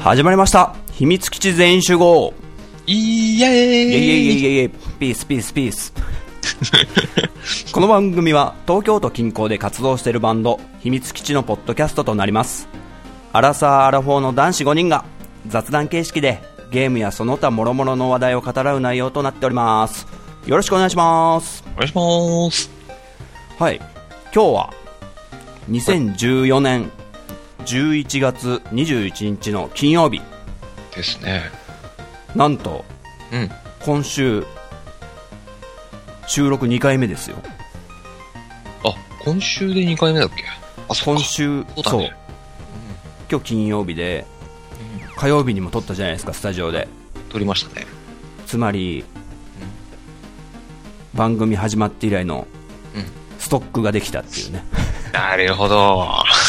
始まりました。秘密基地全員集合。 イエーイイエイイエイイエイイエイ。ピースピースピース。この番組は東京都近郊で活動しているバンド秘密基地のポッドキャストとなります。アラサーアラフォーの男子5人が雑談形式でゲームやその他諸々の話題を語らう内容となっております。よろしくお願いします。 お願いします。 はい、今日は2014年11月21日の金曜日ですね。 なんと、今週収録2回目ですよ。 あ、今週で2回目だっけ。あ、 今週、そう、今日金曜日で、火曜日にも撮ったじゃないですか、スタジオで撮りましたね。 つまり、番組始まって以来のストックができたっていうね。 なるほど。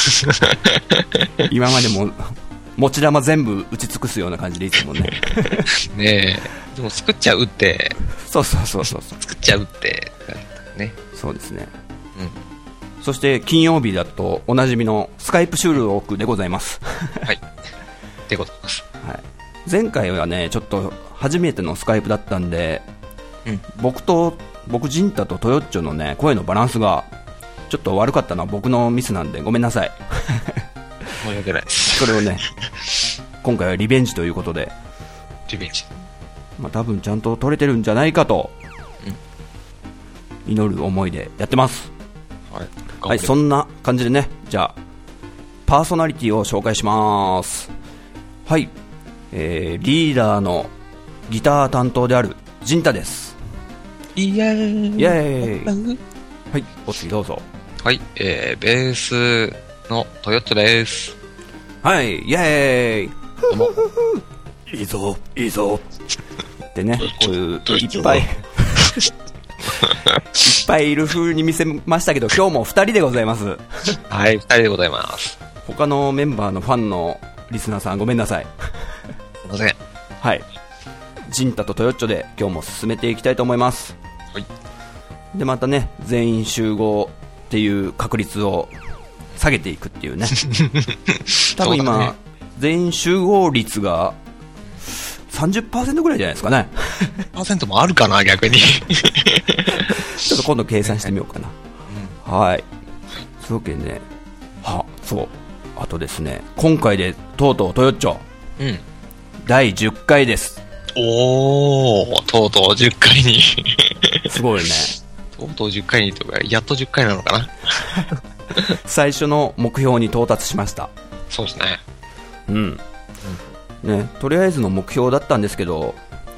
今までも持ち玉全部打ち尽くすような感じでいつもね。 ねえ、でも作っちゃうって。 そう作っちゃうってね。 そうですね。そして金曜日だとおなじみのスカイプ収録でございます。 はい。でございます。 はい。前回はね、ちょっと初めてのスカイプだったんで、僕ジンタとトヨッチョのね声のバランスがちょっと悪かったのは僕のミスなんでごめんなさい。 申し訳ないです。 それをね、今回はリベンジということで、 リベンジ。 多分ちゃんと撮れてるんじゃないかと祈る思いでやってます。はい、そんな感じでね、じゃあパーソナリティを紹介します。はい、リーダーのギター担当であるジンタです。 イエーイ。 イエーイ。はい、お次どうぞ。 はい、ベースのトヨッチョです。 はい、イエーイ。 どうも。 いいぞいいぞってね、こういういっぱいいっぱいいる風に見せましたけど、今日も2人でございます。 はい、2人でございます。 他のメンバーのファンのリスナーさんごめんなさい。 すいません。 はい、ジンタとトヨッチョで今日も進めていきたいと思います。 はい。 でまたね、全員集合っていう確率を下げていくっていうね。多分今、ね、全員集合率が 30% ぐらいじゃないですかね。 %もあるかな、逆に。 ちょっと今度計算してみようかな。はい。そういうわけでね、そうあとですね、今回でとうとうトヨッチョ、第10回です。 おー、とうとう10回に。 すごいね。 とうとう10回にとか、やっと10回なのかな。 最初の目標に到達しました。 そうですね。 ね、とりあえずの目標だったんですけど、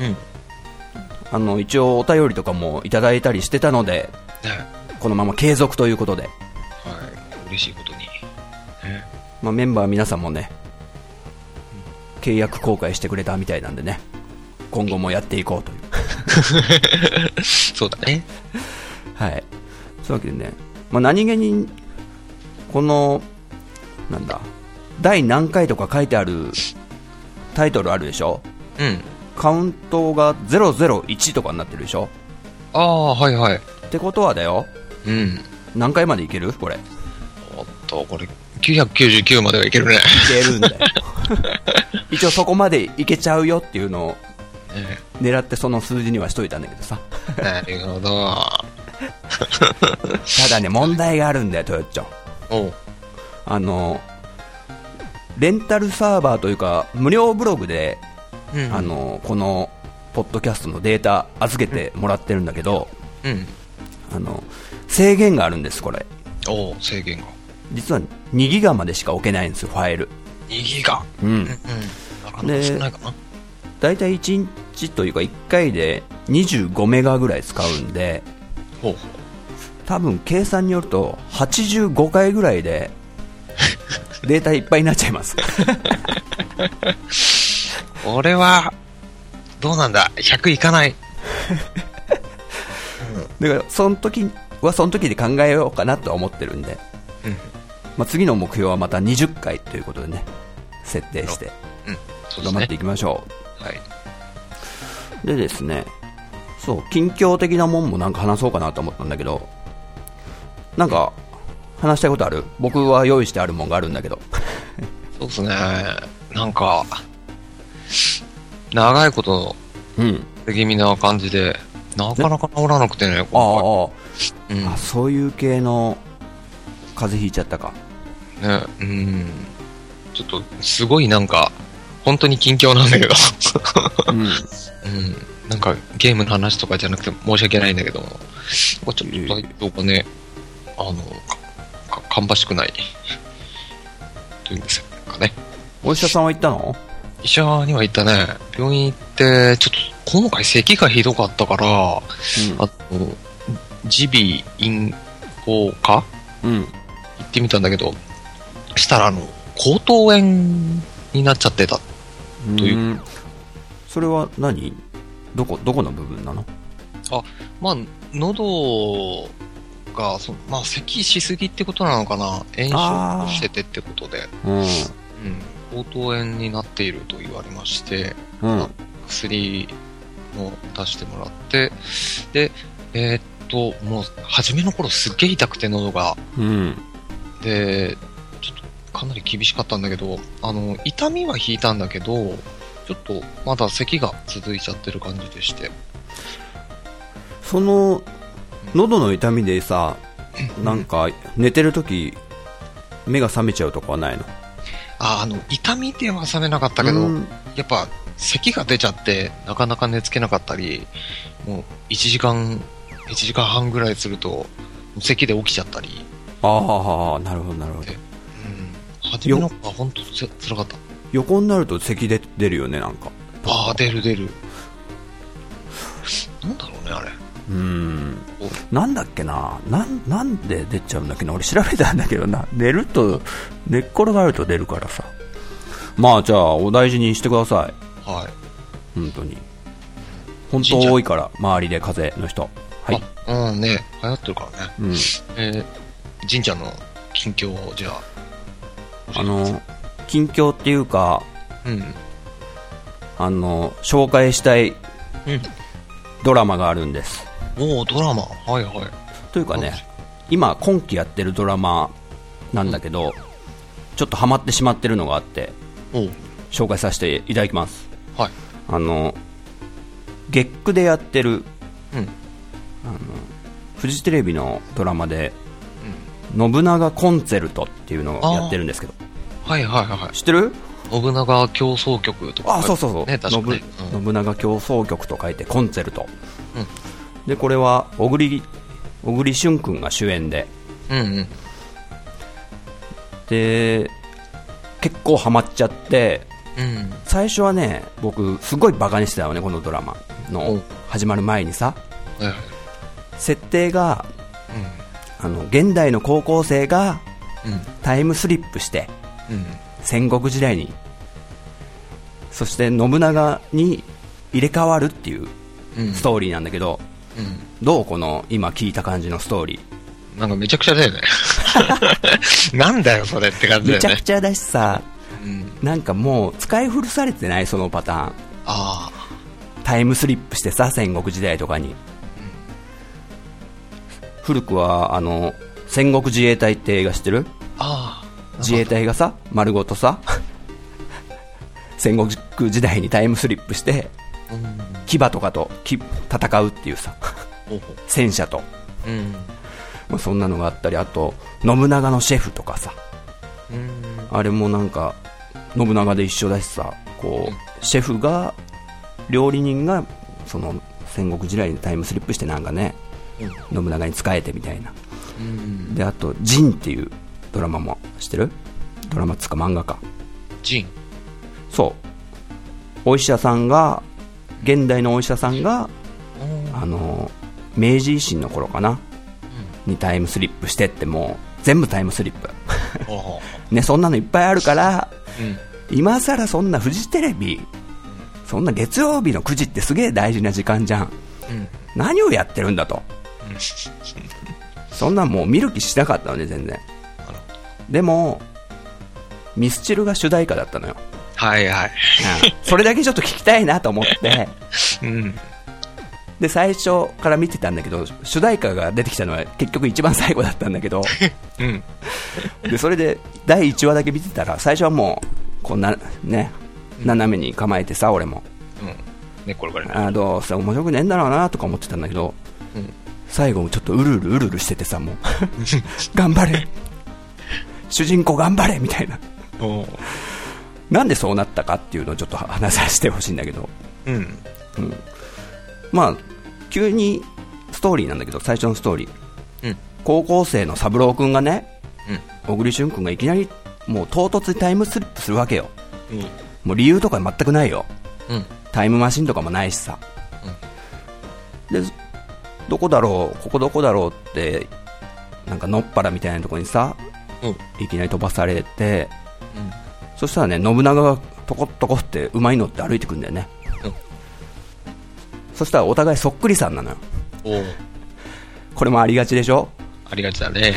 一応お便りとかもいただいたりしてたので、このまま継続ということで、はい、 嬉しいことに、 メンバー皆さんもね、契約更改してくれたみたいなんでね、今後もやっていこうという。 そうだね。 はい。そういうわけでね、何気にこのなんだ、第何回とか書いてあるタイトルあるでしょ。カウントが001とかになってるでしょ。 ああ、はいはい。 ってことはだよ、何回までいけるこれ。 おっと、これ999まではいけるね。いけるんだよ。一応そこまでいけちゃうよっていうのを狙ってその数字にはしといたんだけどさ。 なるほど。 ただね、問題があるんだよ、トヨッチョ。レンタルサーバーというか無料ブログで、このポッドキャストのデータ預けてもらってるんだけど、制限があるんです。これ制限が実は2ギガまでしか置けないんですよ、ファイル。 2ギガ。 で、だいたい1日というか1回で25メガぐらい使うんで、多分計算によると85回ぐらいでデータいっぱいになっちゃいます。 俺はどうなんだ、100いかない。 だからその時はその時で考えようかなとは思ってるんで、次の目標はまた20回ということでね、設定して頑張っていきましょう。 はい。 でですね、そう近況的なもんもなんか話そうかなと思ったんだけど、なんか話したいことある？僕は用意してあるもんがあるんだけど。 そうですね。 なんか、長いこと、 うん。 気味な感じで、なかなか治らなくてね、 あうんあ、そういう系の風邪ひいちゃったか。 ね、ちょっと、すごいなんか、本当に近況なんだけど、なんかゲームの話とかじゃなくて申し訳ないんだけども、ちょっと体調がね、芳しくない、というんですかね。 お医者さんは行ったの？ 医者には行ったね。病院行って、ちょっと、今回咳がひどかったから、あと、耳鼻咽喉科行ってみたんだけど、したら喉頭炎になっちゃってたという。 それは何？どこの部分なの？ まあ、喉が、まあ、咳しすぎってことなのかな。炎症しててってことで。喉頭炎になっていると言われまして、薬を出してもらって、で、もう、初めの頃すっげえ痛くて喉が。で、ちょっとかなり厳しかったんだけど、痛みは引いたんだけど、ちょっとまだ咳が続いちゃってる感じでして。 その、喉の痛みでさ、なんか寝てるとき目が覚めちゃうとかはないの？ 痛みでは覚めなかったけど、やっぱ咳が出ちゃってなかなか寝つけなかったり、もう1時間半ぐらいすると咳で起きちゃったり。 ああ、なるほどなるほど。 初めの子は本当つらかった。 横になると咳出るよね、なんか。 出る。なんだろうね、あれ。 なんだっけな、なんで出ちゃうんだっけな、俺調べたんだけどな、寝っ転がると出るからさ。まあじゃあお大事にしてください。はい。本当多いから周りで風邪の人。はい。 ね、流行ってるからね。神社の近況をじゃあ。 近況っていうか、紹介したいドラマがあるんです。 ドラマ。はいはい。 というかね、今期やってるドラマなんだけど、ちょっとハマってしまってるのがあって、紹介させていただきます。はい。月9でやってる、フジテレビのドラマで、信長コンツェルトっていうのをやってるんですけど。 はいはいはい。 知ってる？ 信長競争曲とか。 そう。 ね、確かに。 信長競争曲と書いてコンツェルト。でこれは小栗旬君が主演で、で結構ハマっちゃって、最初はね、僕すごいバカにしてたよね、このドラマの始まる前にさ、設定が、現代の高校生がタイムスリップして、戦国時代に、そして信長に入れ替わるっていうストーリーなんだけど、どう？この今聞いた感じのストーリー。なんかめちゃくちゃだよね。なんだよそれって感じだよね。 めちゃくちゃだしさ、なんかもう使い古されてない？そのパターン。タイムスリップしてさ、戦国時代とかに。古くは戦国自衛隊って映画知ってる？自衛隊がさ、丸ごとさ戦国時代にタイムスリップして騎馬とかと戦うっていうさ戦車と、まあ、そんなのがあったり、あと信長のシェフとかさ、あれもなんか信長で一緒だしさ、こうシェフが料理人がその戦国時代にタイムスリップしてなんかね、信長に仕えてみたいな。であとジンっていうドラマも知ってる？ドラマつか漫画か。 ジン。 そう、お医者さんが、現代のお医者さんが明治維新の頃かな、にタイムスリップしてって、もう全部タイムスリップね、そんなのいっぱいあるから、今さらそんなフジテレビ、そんな月曜日の9時ってすげえ大事な時間じゃん、何をやってるんだと、そんなもう見る気しなかったのね、全然。でもミスチルが主題歌だったのよ。 はいはい、 それだけちょっと聞きたいなと思って、で最初から見てたんだけど、主題歌が出てきたのは結局一番最後だったんだけど、でそれで第1話だけ見てたら、最初はもうこうね、斜めに構えてさ、俺も、 寝っ転がりながら、 どうせ面白くねえんだろうなとか思ってたんだけど、最後ちょっとうるうるしててさ、もう頑張れ主人公頑張れみたいななんでそうなったかっていうのをちょっと話させてほしいんだけど、まあ急にストーリーなんだけど、最初のストーリー、高校生の三郎くんがね、小栗旬くんがいきなりもう唐突にタイムスリップするわけよ、もう理由とか全くないよ、タイムマシンとかもないしさ、でどこだろう、ここどこだろうってなんかのっぱらみたいなところにさ、いきなり飛ばされて、そしたらね、信長がトコットコってうまいのって歩いてくんだよね、そしたらお互いそっくりさんなのよ。これもありがちでしょ。 ありがちだね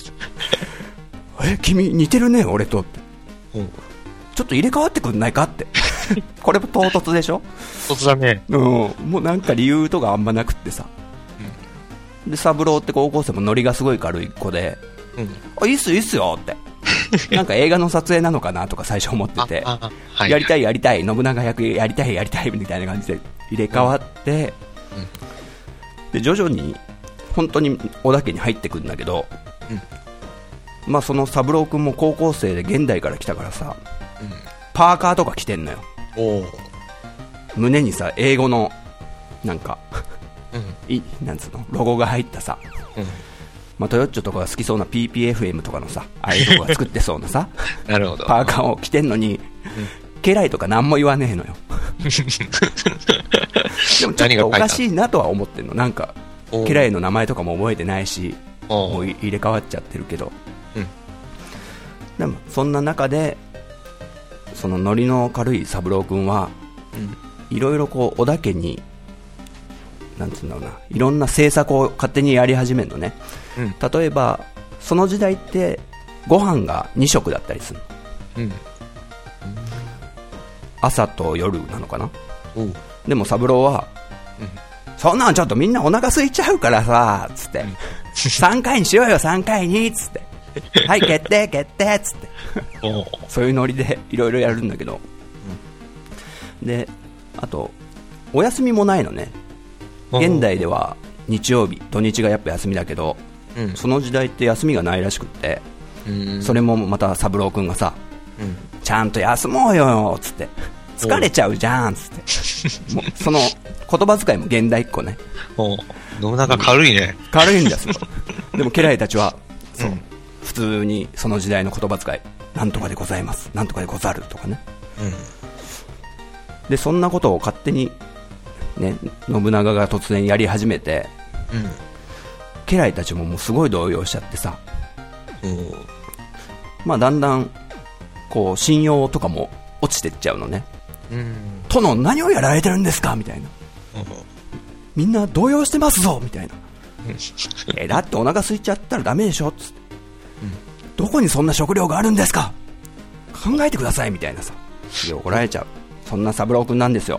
君似てるね俺とって、ちょっと入れ替わってくんないかってこれも唐突でしょ。 唐突だね。 もうなんか理由とかあんまなくってさ、で三郎って高校生もノリがすごい軽い子で、いいっすよいいっすよってなんか映画の撮影なのかなとか最初思っててやりたいやりたい、信長役やりたいやりたいみたいな感じで入れ替わって、で徐々に本当に小田家に入ってくるんだけど、まあその三郎くんも高校生で現代から来たからさ、パーカーとか着てんのよ。胸にさ英語のなんかなんつうのロゴが入ったさ、まあ、トヨッチョとかが好きそうな PPFM とかのさ、ああいうとこが作ってそうなさなるほど、 パーカーを着てんのに、家来とか何も言わねえのよでもちょっとおかしいなとは思ってんの。なんか家来の名前とかも覚えてないし、もう入れ替わっちゃってるけど、でもそんな中でそのノリの軽い三郎くんは、いろいろこう小田家になんつうんだろうな、いろんな政策を勝手にやり始めるのね、例えばその時代ってご飯が2食だったりするの、朝と夜なのかな、でも三郎は、そんなんちょっとみんなお腹空いちゃうからさつって、3回にしようよ3回につってはい決定決定つってそういうノリでいろいろやるんだけど、であとお休みもないのね。現代では日曜日土日がやっぱ休みだけど、その時代って休みがないらしくって、それもまた三郎くんがさ、ちゃんと休もうよつって疲れちゃうじゃんつってもうその言葉遣いも現代っ子ね。 信長軽いね、 軽いんですよでも家来たちはそう、普通にその時代の言葉遣い、なんとかでございますなんとかでござるとかね、でそんなことを勝手にね、信長が突然やり始めて、家来たちももうすごい動揺しちゃってさ、まあだんだんこう信用とかも落ちてっちゃうのね、殿何をやられてるんですかみたいな、みんな動揺してますぞみたいなだってお腹空いちゃったらダメでしょつって、どこにそんな食料があるんですか考えてくださいみたいなさ、すげえ怒られちゃう、そんな三郎くんなんですよ。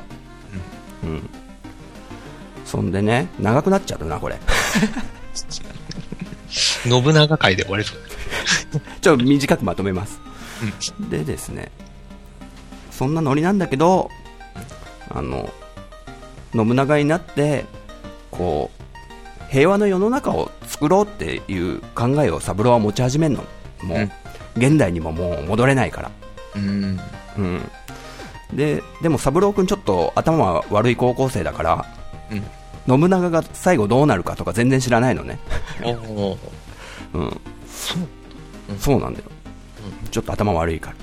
そんでね、長くなっちゃうなこれ信長会で終わりそうちょっと短くまとめます、でですね、そんなノリなんだけど、信長になってこう平和の世の中を作ろうっていう考えを三郎は持ち始めるの。もう、現代にももう戻れないから、でも三郎くんちょっと頭悪い高校生だから、信長が最後どうなるかとか全然知らないのねそうなんだよ、ちょっと頭悪いから、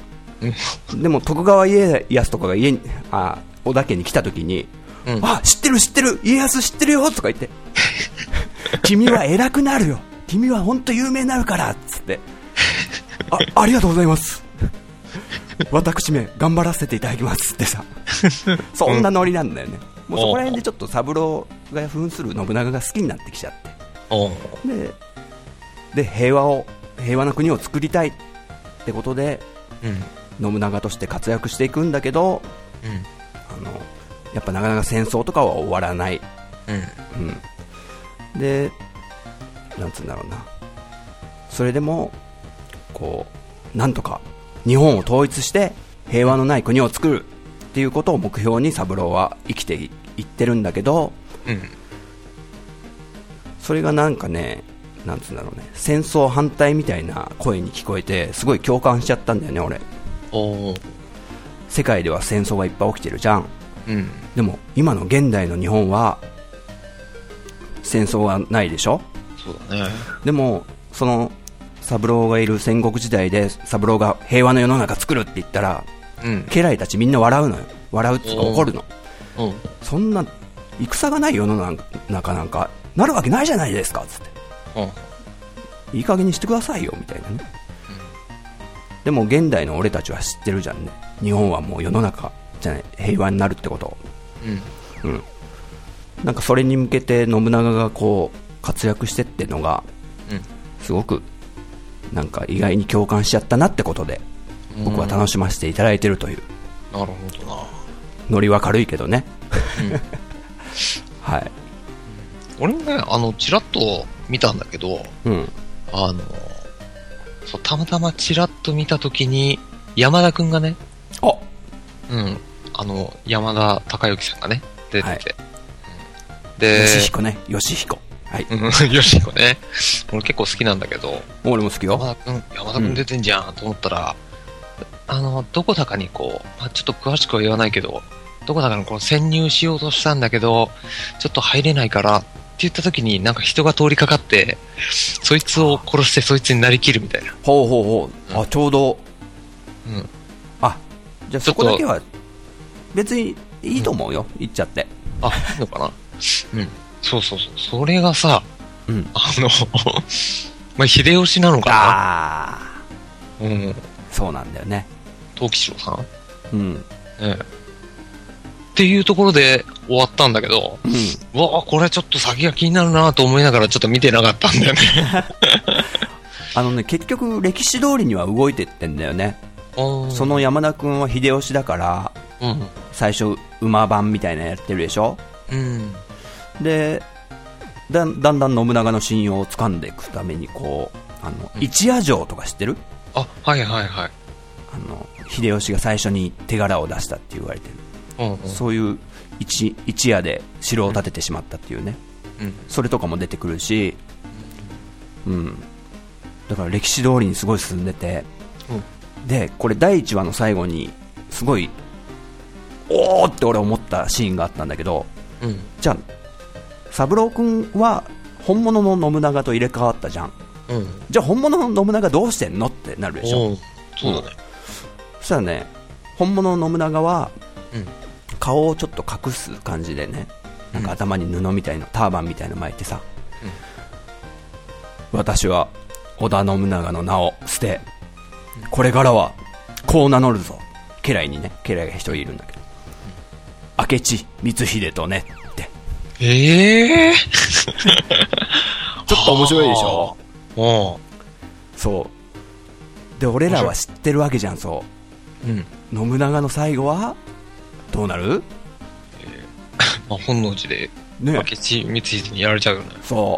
でも徳川家康とかが織田家に来た時に、知ってる知ってる家康知ってるよとか言って君は偉くなるよ、君は本当有名になるからっつってありがとうございます私め頑張らせていただきますってさそんなノリなんだよね、もうそこら辺でちょっと三郎が扮する信長が好きになってきちゃって、で平和な国を作りたいってことで、信長として活躍していくんだけど、やっぱなかなか戦争とかは終わらない、でなんつうんだろうな、それでもこうなんとか日本を統一して平和のない国を作るっていうことを目標に三郎は生きていってるんだけど、それがなんかね、なんつうんだろうね、戦争反対みたいな声に聞こえて、すごい共感しちゃったんだよね、俺。世界では戦争がいっぱい起きてるじゃん、でも今の現代の日本は戦争はないでしょ。 そうだね。 でもその三郎がいる戦国時代で三郎が平和の世の中作るって言ったら、家来たちみんな笑うのよ。笑うっていうか怒るの。そんな戦がない世の中なんかなるわけないじゃないですかつって、いい加減にしてくださいよみたいなね、でも現代の俺たちは知ってるじゃんね。日本はもう世の中じゃない、平和になるってことを、なんかそれに向けて信長がこう活躍してってのが、すごくなんか意外に共感しちゃったなってことで、僕は楽しませていただいてるという。 なるほどな。 ノリは軽いけどね、はい。 俺もね、ちらっと見たんだけど、そう、たまたまちらっと見たときに、山田くんがね、山田孝之さんがね、出てて。で、 吉彦ね、吉彦。はい。 吉彦ね。俺結構好きなんだけど、 俺も好きよ。 山田くん出てんじゃんと思ったら、どこだかにこう、ちょっと詳しくは言わないけど、どこだかにこう潜入しようとしたんだけど、ちょっと入れないからって言った時になんか人が通りかかって、そいつを殺してそいつになりきるみたいな。 ほうほうほう。あ、ちょうど。あ、じゃあそこだけは別にいいと思うよ。言っちゃって。 あ、いいのかな。そうそうそう。それがさ、まあ、秀吉なのかな。 そうなんだよね。 藤吉郎さん。っていうところで終わったんだけど、わあ、これちょっと先が気になるなと思いながらちょっと見てなかったんだよね。 結局歴史通りには動いてってんだよね。その山田君は秀吉だから、最初馬番みたいなのやってるでしょ。でだんだん信長の信用を掴んでいくためにこう一夜城とか知ってる？ あ、はいはいはい。 秀吉が最初に手柄を出したって言われてる、そういう一夜で城を建ててしまったっていうね、それとかも出てくるし、だから歴史通りにすごい進んでて、でこれ第1話の最後にすごいおーって俺思ったシーンがあったんだけど、じゃあ三郎君は本物の信長と入れ替わったじゃん、じゃあ本物の信長どうしてんのってなるでしょ。 そうだね。 そしたらね、本物の信長は、顔をちょっと隠す感じでね、なんか頭に布みたいなターバンみたいなの巻いてさ、私は織田信長の名を捨て、これからはこう名乗るぞ。家来にね、家来が一人いるんだけど、明智光秀とねって。 ちょっと面白いでしょ。そうで、俺らは知ってるわけじゃん。そう、信長の最後はどうなる？ 本能寺で明智光秀にやられちゃうよね。 そう、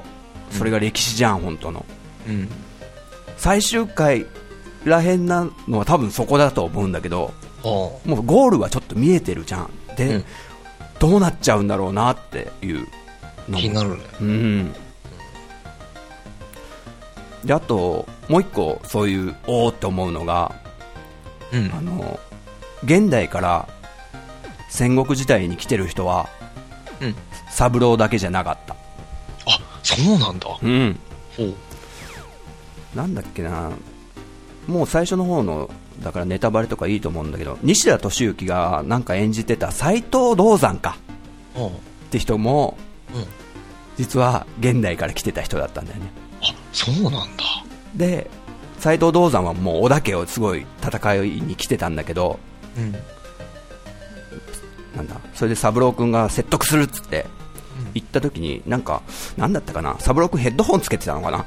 それが歴史じゃん、本当の。最終回らへんなのは多分そこだと思うんだけど、もうゴールはちょっと見えてるじゃん。で、どうなっちゃうんだろうなっていうの気になるね。 で、あともう一個そういうおーって思うのが、現代から戦国時代に来てる人は、三郎だけじゃなかった。 あ、そうなんだ。 なんだっけな、もう最初の方のだからネタバレとかいいと思うんだけど、西田敏行がなんか演じてた斎藤道山かって人も、実は現代から来てた人だったんだよね。 あ、そうなんだ。 で、斎藤道山はもう織田家をすごい戦いに来てたんだけど、なんだ、それで三郎君が説得するっつって行った時に、なんかなんだったかな、三郎君ヘッドホンつけてたのかな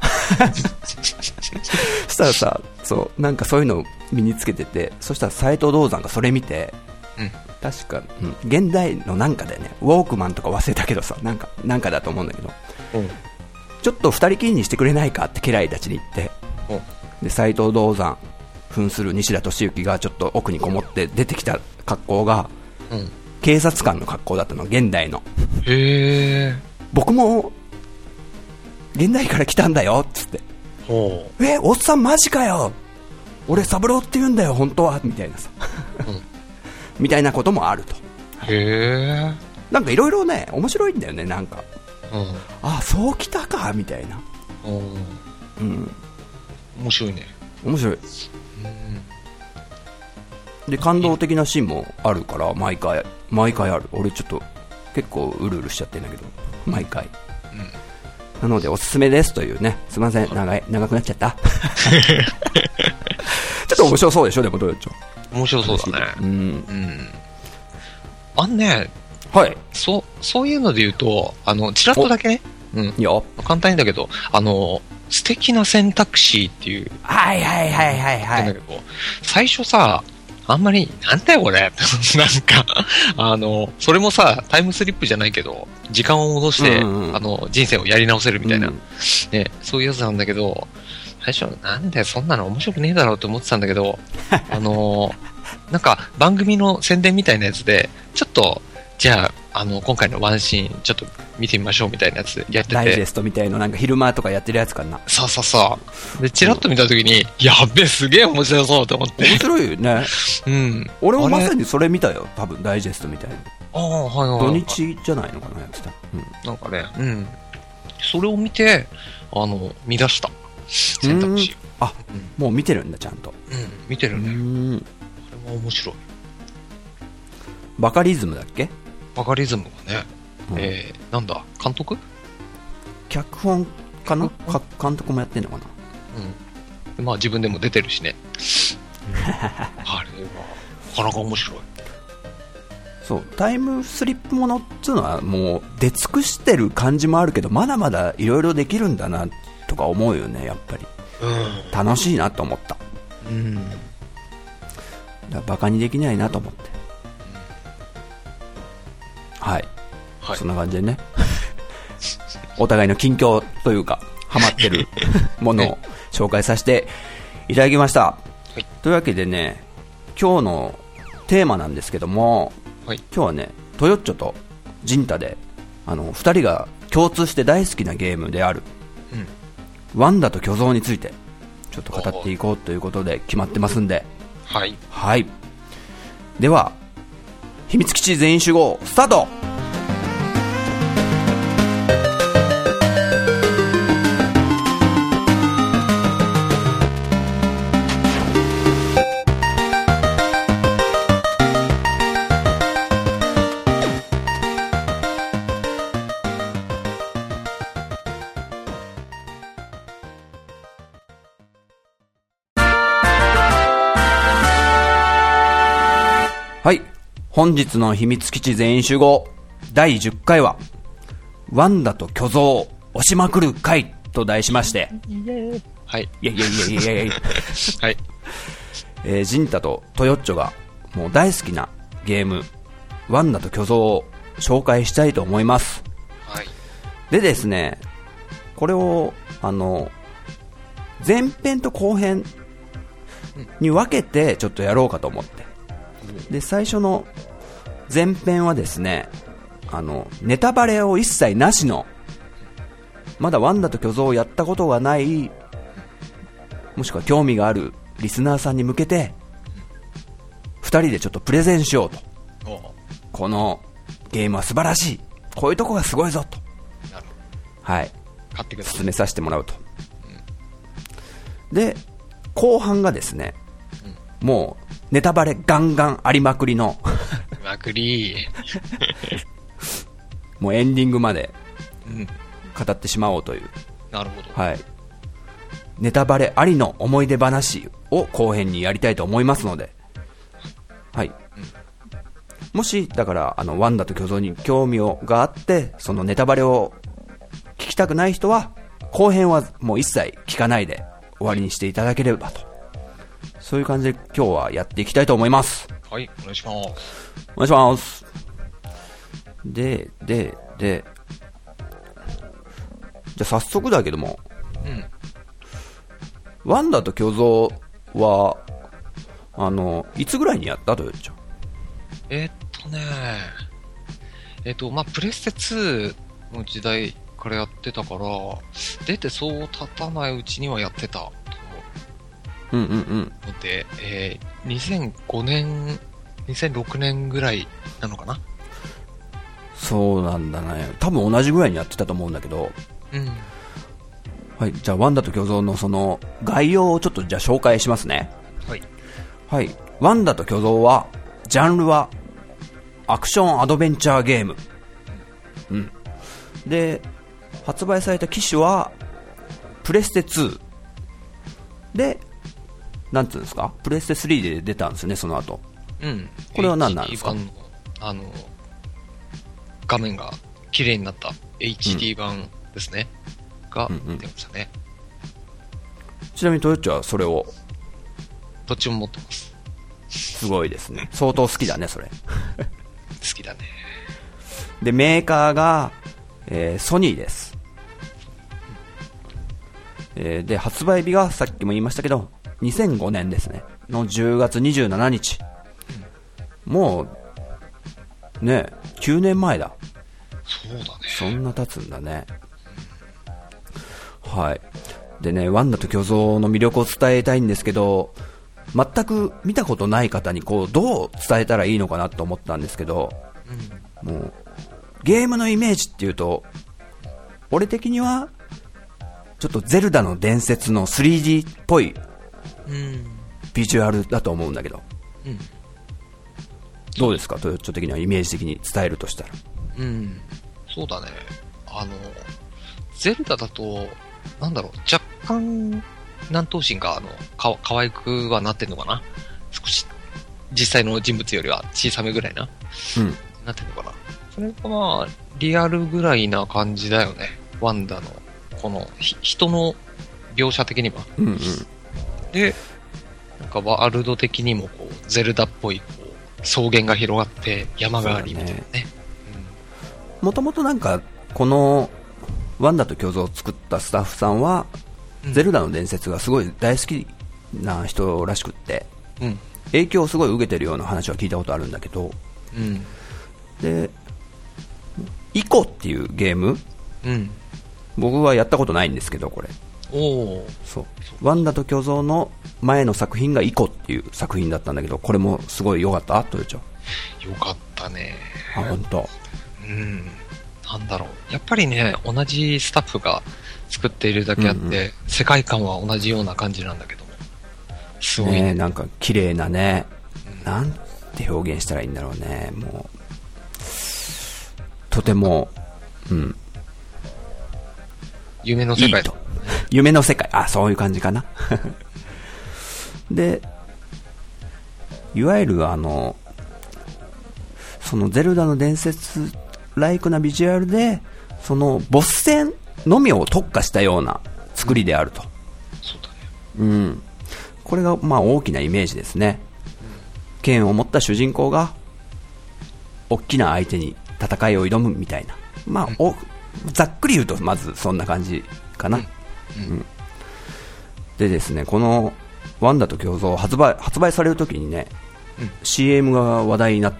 そしたらさ、そうなんかそういうのを身につけてて、そしたら斎藤道山がそれ見て、確か、現代のなんかでね、ウォークマンとか忘れたけどさ、なんかだと思うんだけど、ちょっと二人きりにしてくれないかって家来たちに言って、で斎藤道山扮する西田敏行がちょっと奥にこもって出てきた格好が、 うん、 警察官の格好だったの、現代の。 へー。 僕も現代から来たんだよっつって、おっさんマジかよ、俺三郎って言うんだよ本当は、みたいなさ、うん、みたいなこともあると。 へー。 なんかいろいろね面白いんだよね、なんか、 うん、 あそうきたかみたいな、 うん、面白いね。 面白い、うん、で感動的なシーンもあるから毎回ある。俺ちょっと結構うるうるしちゃってるんだけど毎回、うん、なのでおすすめですというね。すいません、長くなっちゃったちょっと面白そうでしょ。でもどうよっちょ面白そうだね。うん、うん、あんね、 はい、 そういうので言うと、ちらっとだけね、うん、いや簡単にだけど、素敵な選択肢っていう、 はいはいはいはいはい、 最初さ、あんまりなんだよこれなんかそれもさ、タイムスリップじゃないけど時間を戻して、うんうん、人生をやり直せるみたいな、うんね、そういうやつなんだけど、最初なんだよそんなの面白くねえだろうって思ってたんだけどなんか番組の宣伝みたいなやつでちょっとじゃあ今回のワンシーンちょっと見てみましょうみたいなやつやってて、 ダイジェストみたいのなんか昼間とかやってるやつかな。 そうそうそうでチラッと見たときに、やっべすげえ面白そうと思って。 面白いよねうん俺もまさにそれ見たよ、多分ダイジェストみたいな。 ああはいはい、はい、 土日じゃないのかなやってた、うん、 なんかね、うんそれを見て見出した選択肢。 あ、うん、もう見てるんだちゃんと。 うん見てるね。あれは面白い。 バカリズムだっけ。 バカリズムがね、うん、なんだ監督脚本かな、監督もやってんのかな。 うんまあ自分でも出てるしねあれはなかなか面白い。 そうタイムスリップものっつうのはもう出尽くしてる感じもあるけど、まだまだいろいろできるんだなとか思うよねやっぱり、うん、楽しいなと思った、うん、だからバカにできないなと思って、はい、はい、そんな感じでねお互いの近況というかハマってるものを紹介させていただきました、はい、というわけでね今日のテーマなんですけども、はい、今日はねトヨッチョとジンタで2人が共通して大好きなゲームである、うん、ワンダと巨像についてちょっと語っていこうということで決まってますんで、はい、はい、では秘密基地全員集合スタート。はい、本日の秘密基地全員集合第10回はワンダと巨像押しまくる回と題しまして、はい、いやはい、ジンタとトヨッチョがもう大好きなゲームワンダと巨像を紹介したいと思います、はい、でですねこれを前編と後編に分けてちょっとやろうかと思って、で最初の前編はですねネタバレを一切なしの、まだワンダと巨像をやったことがないもしくは興味があるリスナーさんに向けて2人でちょっとプレゼンしようと、このゲームは素晴らしい、こういうとこがすごいぞと、はい、買ってください、進めさせてもらうと、うん、で後半がですね、うん、もうネタバレガンガンありまくりのまくりもうエンディングまで語ってしまおうという、なるほど、はい、ネタバレありの思い出話を後編にやりたいと思いますので、はい、うん、もしだからワンダと巨像に興味があってそのネタバレを聞きたくない人は後編はもう一切聞かないで終わりにしていただければと、そういう感じで今日はやっていきたいと思います。はい、お願いします。お願いします。でじゃあ早速だけども、うん、ワンダと巨像はいつぐらいにやったとよっちゃん。 まあ、プレステ2の時代からやってたから、出てそう経たないうちにはやってたと思う。ので、2005年、2006年ぐらいなのかな。 そうなんだね。多分同じぐらいにやってたと思うんだけど。はい、じゃあワンダと巨像のその概要をちょっとじゃあ紹介しますね。はい、ワンダと巨像はジャンルはアクションアドベンチャーゲーム。で、発売された機種はプレステ2で、なんていうんですか、プレステ3で出たんですよね、その後。これは何なんですか？ 画面が綺麗になった HD 版ですね。が出ましたね。 ちなみにトヨッチはそれをどっちも持ってます。 すごいですね。相当好きだね、それ。 好きだね。 で、メーカーが、ソニーです。で、発売日がさっきも言いましたけど、2005年ですね。の10月27日。もう、ね、9年前だ。 そうだね。 そんな経つんだね。はい。でね、ワンダと巨像の魅力を伝えたいんですけど、全く見たことない方にこうどう伝えたらいいのかなと思ったんですけど、もうゲームのイメージっていうと、俺的にはちょっとゼルダの伝説の 3D っぽいビジュアルだと思うんだけど、どうですか、トヨッチョ的にはイメージ的に伝えるとしたら。 そうだね。ゼルダだとなんだろう、若干南東神が可愛くはなってんのかな。少し実際の人物よりは小さめぐらいな、なってんのかな。それがまあリアルぐらいな感じだよね。ワンダのこの人の描写的には、でなんかワールド的にもこうゼルダっぽいこう草原が広がって山がありみたいなね。 もともとなんかこのワンダと巨像を作ったスタッフさんは、ゼルダの伝説がすごい大好きな人らしくって、影響をすごい受けてるような話は聞いたことあるんだけど、でイコっていうゲーム、僕はやったことないんですけど、これそうワンダと巨像の前の作品がイコっていう作品だったんだけど、これもすごい良かった？トヨちゃん。 良かったね。 あ、本当。 なんだろう、やっぱりね、同じスタッフが作っているだけあって、世界観は同じような感じなんだけども、すごいね。 なんか綺麗なね、なんて表現したらいいんだろうね、もうとても、 夢の世界と。 夢の世界、あ、そういう感じかな。で、いわゆるそのゼルダの伝説ライクなビジュアルで、そのボス戦のみを特化したような作りであると。 そうだね。 これがまあ大きなイメージですね。剣を持った主人公が大きな相手に戦いを挑むみたいな、まあざっくり言うとまずそんな感じかな。でですね、このワンダと巨像発売されるときにね、CM が話題になった。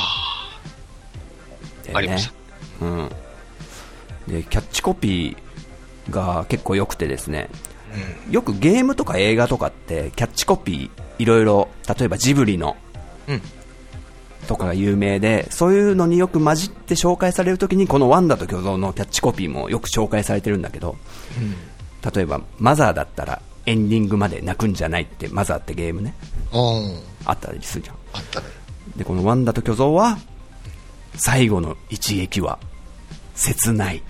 ありました。 でキャッチコピーが結構良くてですね、よくゲームとか映画とかってキャッチコピーいろいろ、例えばジブリの、とかが有名で、そういうのによく混じって紹介されるときに、このワンダと巨像のキャッチコピーもよく紹介されてるんだけど、例えばマザーだったらエンディングまで泣くんじゃないって、マザーってゲームね、あったりするじゃん。 あったね。でこのワンダと巨像は最後の一撃は切ないね。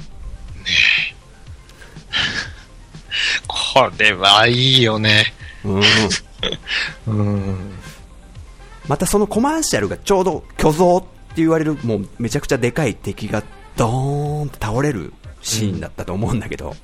これはいいよね。 またそのコマーシャルがちょうど巨像って言われる、もうめちゃくちゃでかい敵がドーンと倒れるシーンだったと思うんだけど、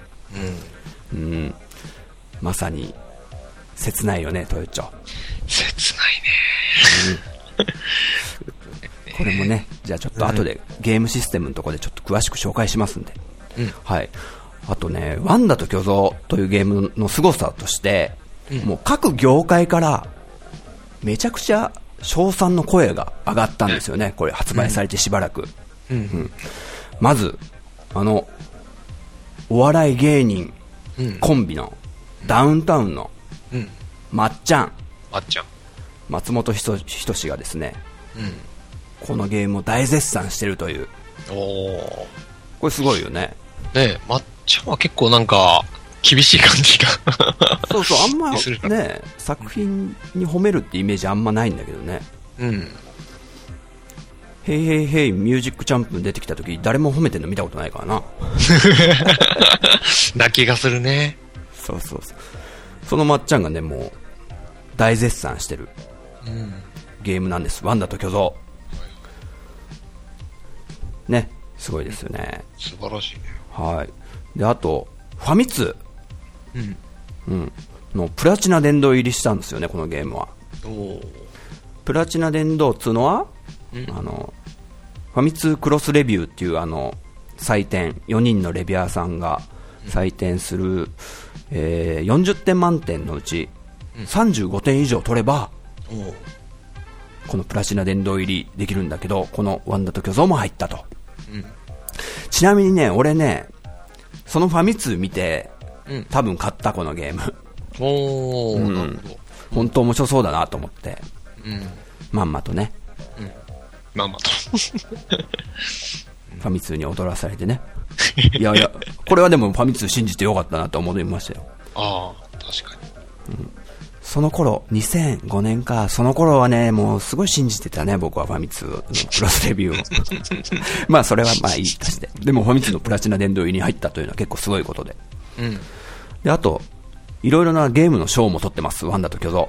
まさに切ないよね、トヨッチョ。 切ないね。 これもね、じゃあちょっと後でゲームシステムのところでちょっと詳しく紹介しますんで、はい。あとね、ワンダと巨像というゲームの凄さとして、もう各業界からめちゃくちゃ称賛の声が上がったんですよね、これ発売されてしばらく。まずお笑い芸人、コンビのダウンタウンのまっちゃん、松本人志がですね、このゲームを大絶賛してるという。これすごいよね。 ねえ、まっちゃんは結構なんか厳しい感じがそうそう、あんまね作品に褒めるってイメージあんまないんだけどね。ヘイヘイヘイミュージックチャンプに出てきた時誰も褒めてるの見たことないからなな気がするね。 そうそうそう。そのまっちゃんがねもう大絶賛してる、ゲームなんです。ワンダと巨像、ね、すごいですよね。 素晴らしいね。 はい。であとファミ通、のプラチナ殿堂入りしたんですよね、このゲームは。プラチナ殿堂っつうのは、ファミ通クロスレビューっていう採点、4人のレビュアーさんが採点する、40点満点のうち35点以上取れば、このプラチナ殿堂入りできるんだけど、このワンダと巨像も入ったと。ちなみにね、俺ねそのファミ通見て、多分買ったこのゲーム。なるほど。本当面白そうだなと思って、まんまとね、 まんまとファミ通に踊らされてねいやいや、これはでもファミ通信じてよかったなと思いましたよ。 ああ、確かに。 その頃2005年か、その頃はねもうすごい信じてたね、僕はファミ通のクロスレビューをまあそれはまあいいとして、でもファミ通のプラチナ殿堂入りに入ったというのは結構すごいことで、であといろいろなゲームの賞も取ってます、ワンダと巨像。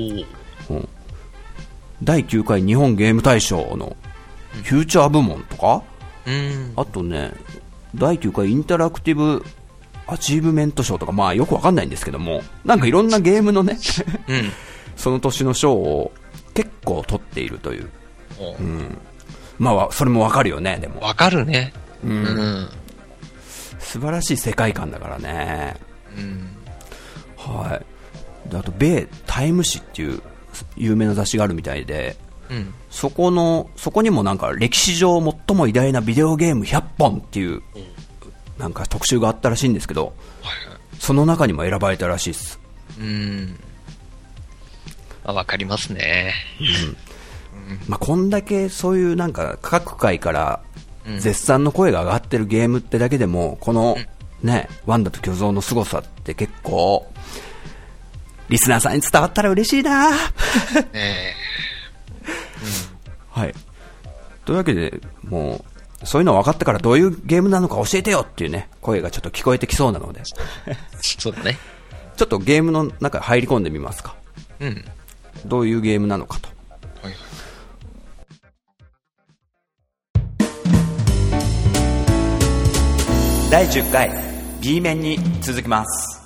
第9回日本ゲーム大賞のフューチャー部門とか、あとね第9回インタラクティブアチーブメント賞とか、まあよくわかんないんですけども、なんかいろんなゲームのね、その年の賞を結構取っているという、まあそれもわかるよね。でもわかるね。 素晴らしい世界観だからね。はい。であと米タイム誌っていう有名な雑誌があるみたいで、そこにもなんか歴史上最も偉大なビデオゲーム100本っていうなんか特集があったらしいんですけど、その中にも選ばれたらしいです。 わかりますね。 まあこんだけそういうなんか各界から絶賛の声が上がってるゲームってだけでも、このねワンダと巨像の凄さって結構リスナーさんに伝わったら嬉しいなはい。というわけでもうそういうの分かってからどういうゲームなのか教えてよっていうね声がちょっと聞こえてきそうなのでそうだね。 ちょっとゲームの中に入り込んでみますか。どういうゲームなのかと。第10回 B 面に続きます。